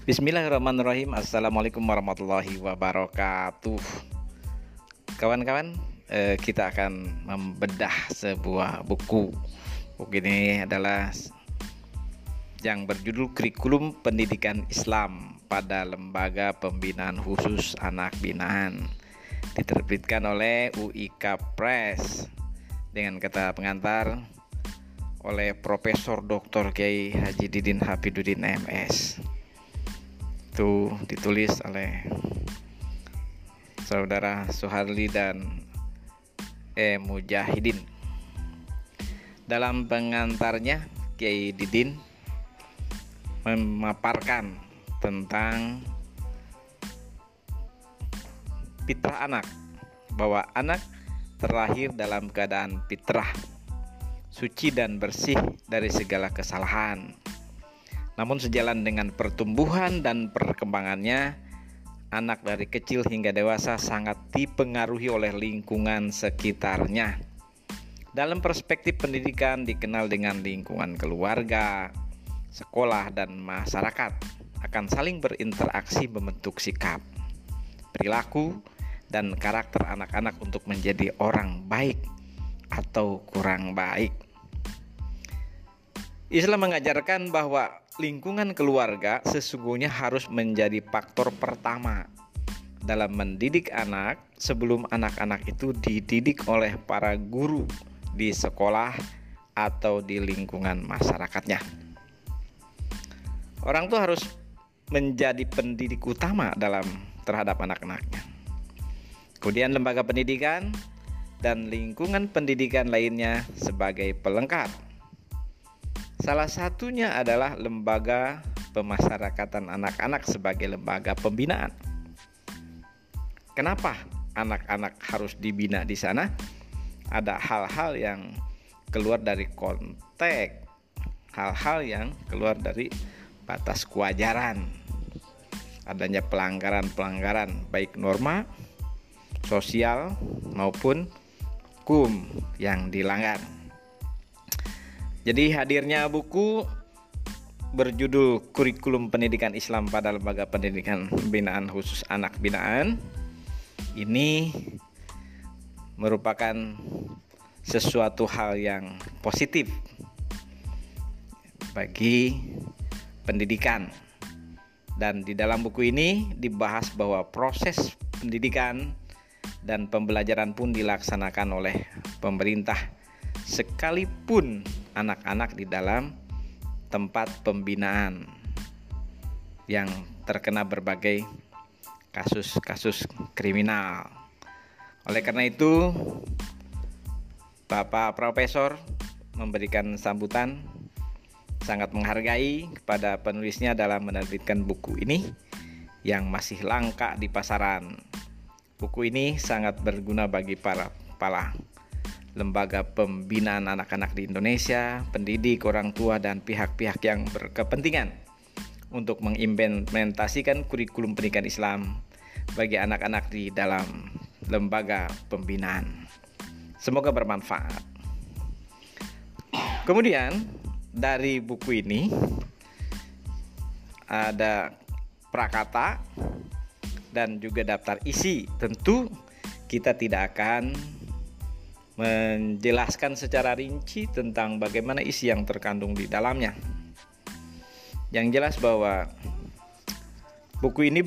Bismillahirrahmanirrahim. Assalamualaikum warahmatullahi wabarakatuh. Kawan-kawan, kita akan membedah sebuah buku. Buku ini adalah yang berjudul Kurikulum Pendidikan Islam pada Lembaga Pembinaan Khusus Anak Binaan, diterbitkan oleh UIK Press dengan kata pengantar oleh Profesor Dr. Kiai Haji Didin Hafidzuddin MS. Itu ditulis oleh Saudara Suharli dan Mujahidin. Dalam pengantarnya, Kiai Didin memaparkan tentang fitrah anak, bahwa anak terlahir dalam keadaan fitrah, suci dan bersih dari segala kesalahan. Namun sejalan dengan pertumbuhan dan perkembangannya, anak dari kecil hingga dewasa sangat dipengaruhi oleh lingkungan sekitarnya. Dalam perspektif pendidikan dikenal dengan lingkungan keluarga, sekolah, dan masyarakat akan saling berinteraksi membentuk sikap, perilaku, dan karakter anak-anak untuk menjadi orang baik atau kurang baik. Islam mengajarkan bahwa lingkungan keluarga sesungguhnya harus menjadi faktor pertama dalam mendidik anak sebelum anak-anak itu dididik oleh para guru di sekolah atau di lingkungan masyarakatnya. Orang tua harus menjadi pendidik utama terhadap anak-anaknya. Kemudian lembaga pendidikan dan lingkungan pendidikan lainnya sebagai pelengkap. Salah satunya adalah lembaga pemasyarakatan anak-anak sebagai lembaga pembinaan. Kenapa anak-anak harus dibina di sana? Ada hal-hal yang keluar dari konteks, hal-hal yang keluar dari batas kewajaran. Adanya pelanggaran-pelanggaran baik norma, sosial maupun hukum yang dilanggar. Jadi hadirnya buku berjudul Kurikulum Pendidikan Islam pada Lembaga Pendidikan Binaan Khusus Anak Binaan ini merupakan sesuatu hal yang positif bagi pendidikan. Dan di dalam buku ini dibahas bahwa proses pendidikan dan pembelajaran pun dilaksanakan oleh pemerintah, sekalipun anak-anak di dalam tempat pembinaan yang terkena berbagai kasus-kasus kriminal. Oleh karena itu, Bapak Profesor memberikan sambutan, sangat menghargai kepada penulisnya dalam menerbitkan buku ini yang masih langka di pasaran. Buku ini sangat berguna bagi para lembaga pembinaan anak-anak di Indonesia, pendidik, orang tua, dan pihak-pihak yang berkepentingan untuk mengimplementasikan kurikulum pendidikan Islam bagi anak-anak di dalam lembaga pembinaan. Semoga bermanfaat. Kemudian dari buku ini ada prakata dan juga daftar isi. Tentu kita tidak akan menjelaskan secara rinci tentang bagaimana isi yang terkandung di dalamnya. Yang jelas bahwa buku ini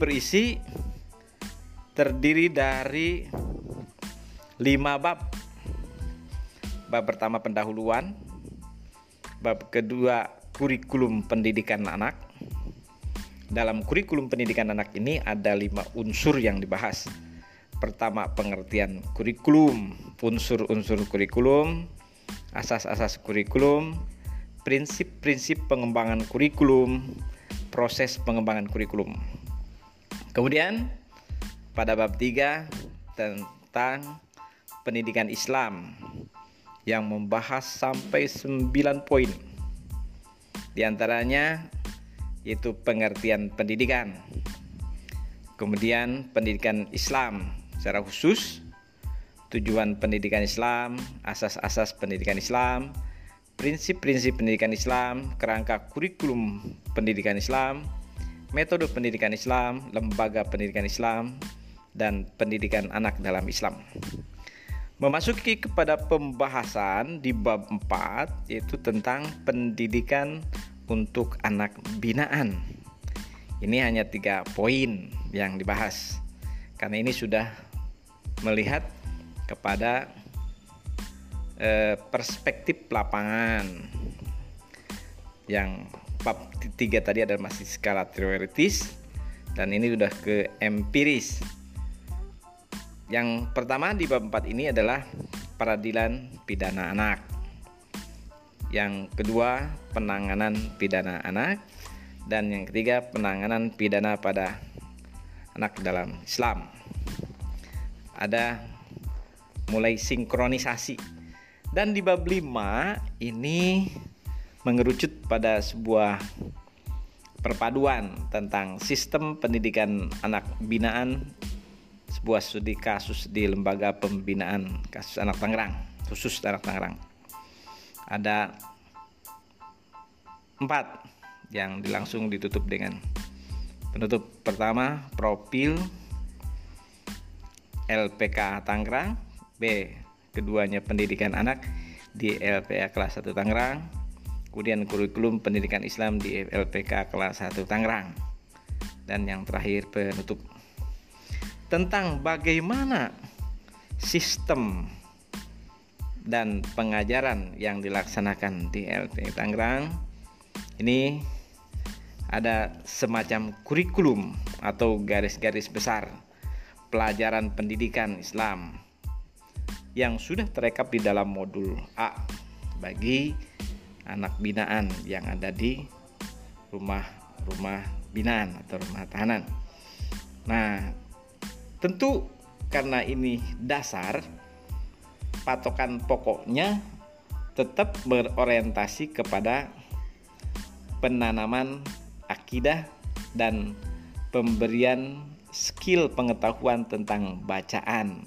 terdiri dari 5 bab. Bab pertama pendahuluan, bab kedua kurikulum pendidikan anak. Dalam kurikulum pendidikan anak ini ada 5 unsur yang dibahas. Pertama, pengertian kurikulum, unsur-unsur kurikulum, asas-asas kurikulum, prinsip-prinsip pengembangan kurikulum, proses pengembangan kurikulum. Kemudian pada bab 3 tentang pendidikan Islam yang membahas sampai 9 poin. Di antaranya yaitu pengertian pendidikan. Kemudian pendidikan Islam secara khusus, tujuan pendidikan Islam, asas-asas pendidikan Islam, prinsip-prinsip pendidikan Islam, kerangka kurikulum pendidikan Islam, metode pendidikan Islam, lembaga pendidikan Islam, dan pendidikan anak dalam Islam. Memasuki kepada pembahasan di bab 4, yaitu tentang pendidikan untuk anak binaan. Ini hanya 3 poin yang dibahas, karena ini sudah melihat kepada perspektif lapangan. Yang bab 3 tadi adalah masih skala teoritis, dan ini sudah ke empiris. Yang pertama di bab 4 ini adalah peradilan pidana anak. Yang kedua, penanganan pidana anak. Dan yang ketiga, penanganan pidana pada anak dalam Islam. Ada mulai sinkronisasi. Dan di bab 5 ini mengerucut pada sebuah perpaduan tentang sistem pendidikan anak binaan, sebuah studi kasus di lembaga pembinaan kasus anak Tangerang, khusus anak Tangerang. Ada 4 yang langsung ditutup dengan penutup. Pertama, profil LPK Tangerang. B, keduanya pendidikan anak di LPA kelas 1 Tangerang. Kemudian kurikulum pendidikan Islam di LPK kelas 1 Tangerang. Dan yang terakhir penutup tentang bagaimana sistem dan pengajaran yang dilaksanakan di LPA Tangerang. Ini ada semacam kurikulum atau garis-garis besar pelajaran pendidikan Islam yang sudah terekap di dalam modul A bagi anak binaan yang ada di rumah binaan atau rumah tahanan. Nah, tentu karena ini dasar, patokan pokoknya tetap berorientasi kepada penanaman akidah dan pemberian skill pengetahuan tentang bacaan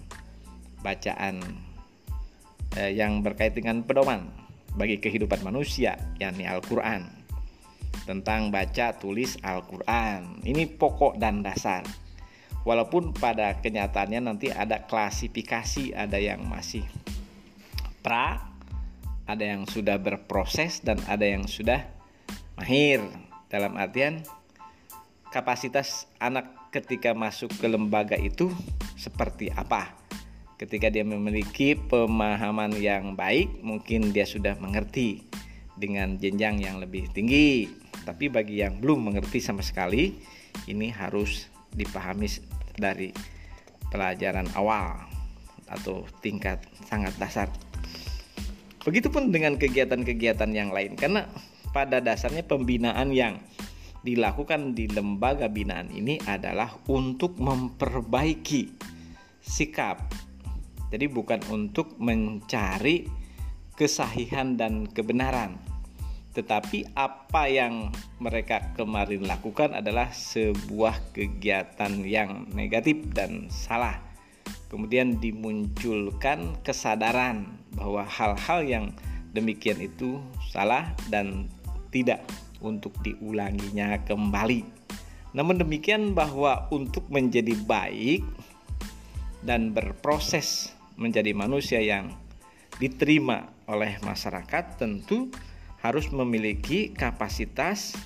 yang berkait dengan pedoman bagi kehidupan manusia, yakni Al-Quran, tentang baca tulis Al-Quran. Ini pokok dan dasar. Walaupun pada kenyataannya nanti ada klasifikasi, ada yang masih pra, ada yang sudah berproses, dan ada yang sudah mahir. Dalam artian kapasitas anak ketika masuk ke lembaga itu seperti apa. Ketika dia memiliki pemahaman yang baik, mungkin dia sudah mengerti dengan jenjang yang lebih tinggi. Tapi bagi yang belum mengerti sama sekali, ini harus dipahami dari pelajaran awal atau tingkat sangat dasar. Begitupun dengan kegiatan-kegiatan yang lain, karena pada dasarnya pembinaan yang dilakukan di lembaga binaan ini adalah untuk memperbaiki sikap. Jadi bukan untuk mencari kesahihan dan kebenaran, tetapi apa yang mereka kemarin lakukan adalah sebuah kegiatan yang negatif dan salah. Kemudian dimunculkan kesadaran bahwa hal-hal yang demikian itu salah dan tidak untuk diulanginya kembali. Namun demikian, bahwa untuk menjadi baik dan berproses menjadi manusia yang diterima oleh masyarakat, tentu harus memiliki kapasitas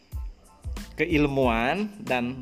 keilmuan dan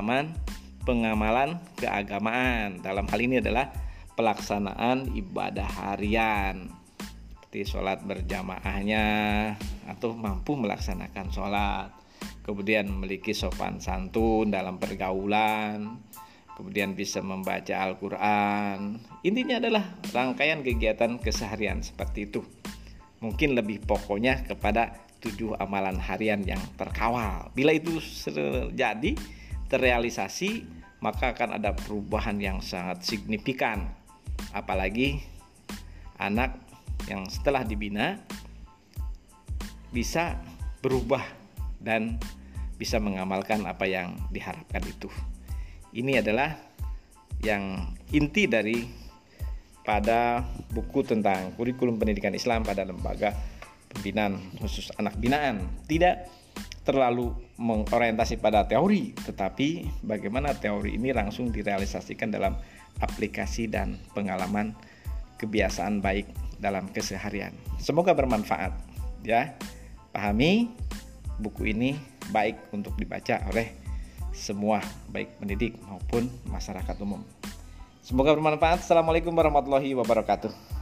pengamalan keagamaan. Dalam hal ini adalah pelaksanaan ibadah harian seperti sholat berjamaahnya, atau mampu melaksanakan sholat, kemudian memiliki sopan santun dalam pergaulan, kemudian bisa membaca Al-Quran. Intinya adalah rangkaian kegiatan keseharian seperti itu. Mungkin lebih pokoknya kepada 7 amalan harian yang terkawal. Bila itu terjadi, terrealisasi, maka akan ada perubahan yang sangat signifikan. Apalagi anak yang setelah dibina bisa berubah dan bisa mengamalkan apa yang diharapkan itu. Ini adalah yang inti dari pada buku tentang kurikulum pendidikan Islam pada lembaga pembinaan khusus anak binaan. Tidak terlalu mengorientasi pada teori, tetapi bagaimana teori ini langsung direalisasikan dalam aplikasi dan pengalaman kebiasaan baik dalam keseharian. Semoga bermanfaat ya. Pahami, buku ini baik untuk dibaca oleh semua, baik pendidik maupun masyarakat umum. Semoga bermanfaat. Assalamualaikum warahmatullahi wabarakatuh.